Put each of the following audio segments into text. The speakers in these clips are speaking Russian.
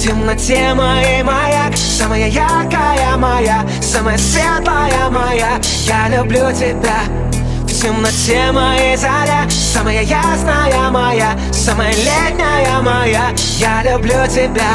В темноте моей маяк, самая яркая моя, самая светлая моя. Я люблю тебя. В темноте моей заря, самая ясная моя, самая летняя моя. Я люблю тебя.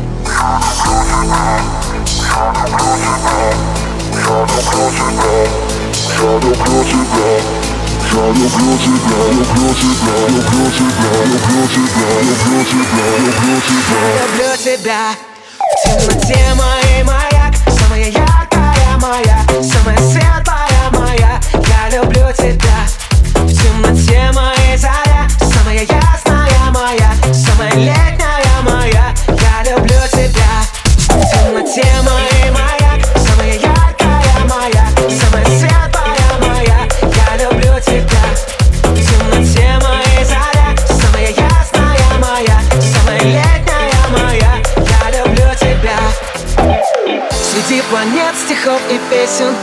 Люблю тебя. В темноте моей маяк, самая яркая моя, самая светлая моя. Я люблю тебя. В темноте моей заря, самая ясная моя, самая летняя моя. Я люблю тебя. В темноте моей маяк, самая яркая моя, самая светлая моя. Я люблю тебя. В темноте моей заря, самая ясная моя, самая летняя моя. Я люблю тебя. Среди планет, стихов и песен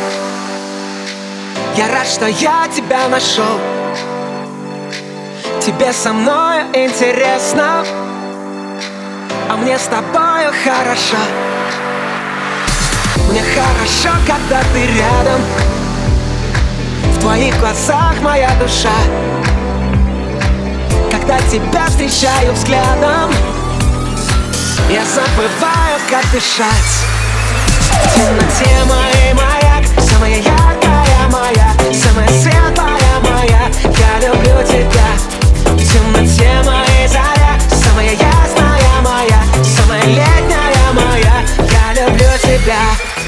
я рад, что я тебя нашел. Тебе со мною интересно, а мне с тобою хорошо. Мне хорошо, когда ты рядом. В твоих глазах моя душа. Когда тебя встречаю взглядом, я забываю, как дышать. В темноте моей маяк, самая яркая моя, самая светлая моя. Я люблю тебя. В темноте моей заря, самая ясная моя, самая летняя моя. Я люблю тебя.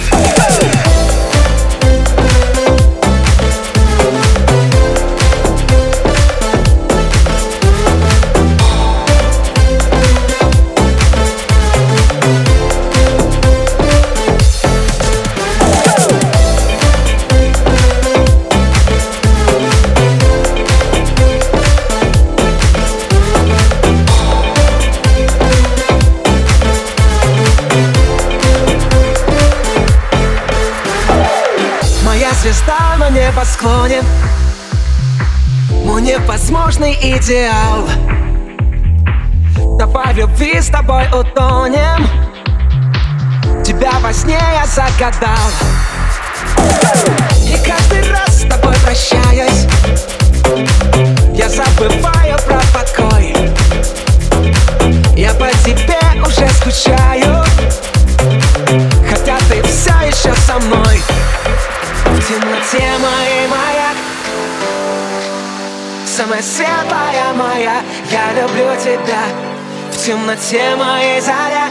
Звезда на небосклоне, мой невозможный идеал. Давай в любви с тобой утонем. Тебя во сне я загадал. И каждый раз с тобой прощаюсь, я забываю про покой. Я по тебе уже скучаю, хотя ты все еще со мной. В темноте моей маяк, самая светлая моя. Я люблю тебя. В темноте моей заря,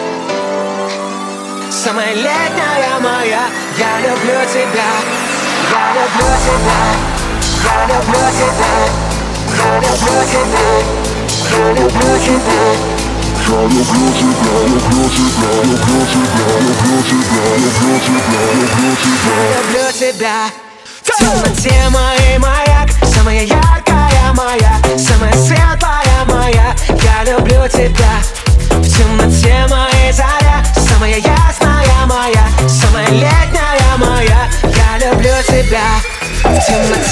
самая летняя моя. Я люблю тебя. Я люблю тебя. Я люблю тебя. Я люблю тебя. Я люблю тебя. Я люблю тебя, люблю тебя, люблю тебя, люблю тебя, люблю тебя, люблю тебя. Люблю тебя. В темноте моей маяк, самая яркая моя, самая светлая моя. Я люблю тебя. В темноте моей заря, самая ясная моя, самая летняя моя. Я люблю тебя. В темноте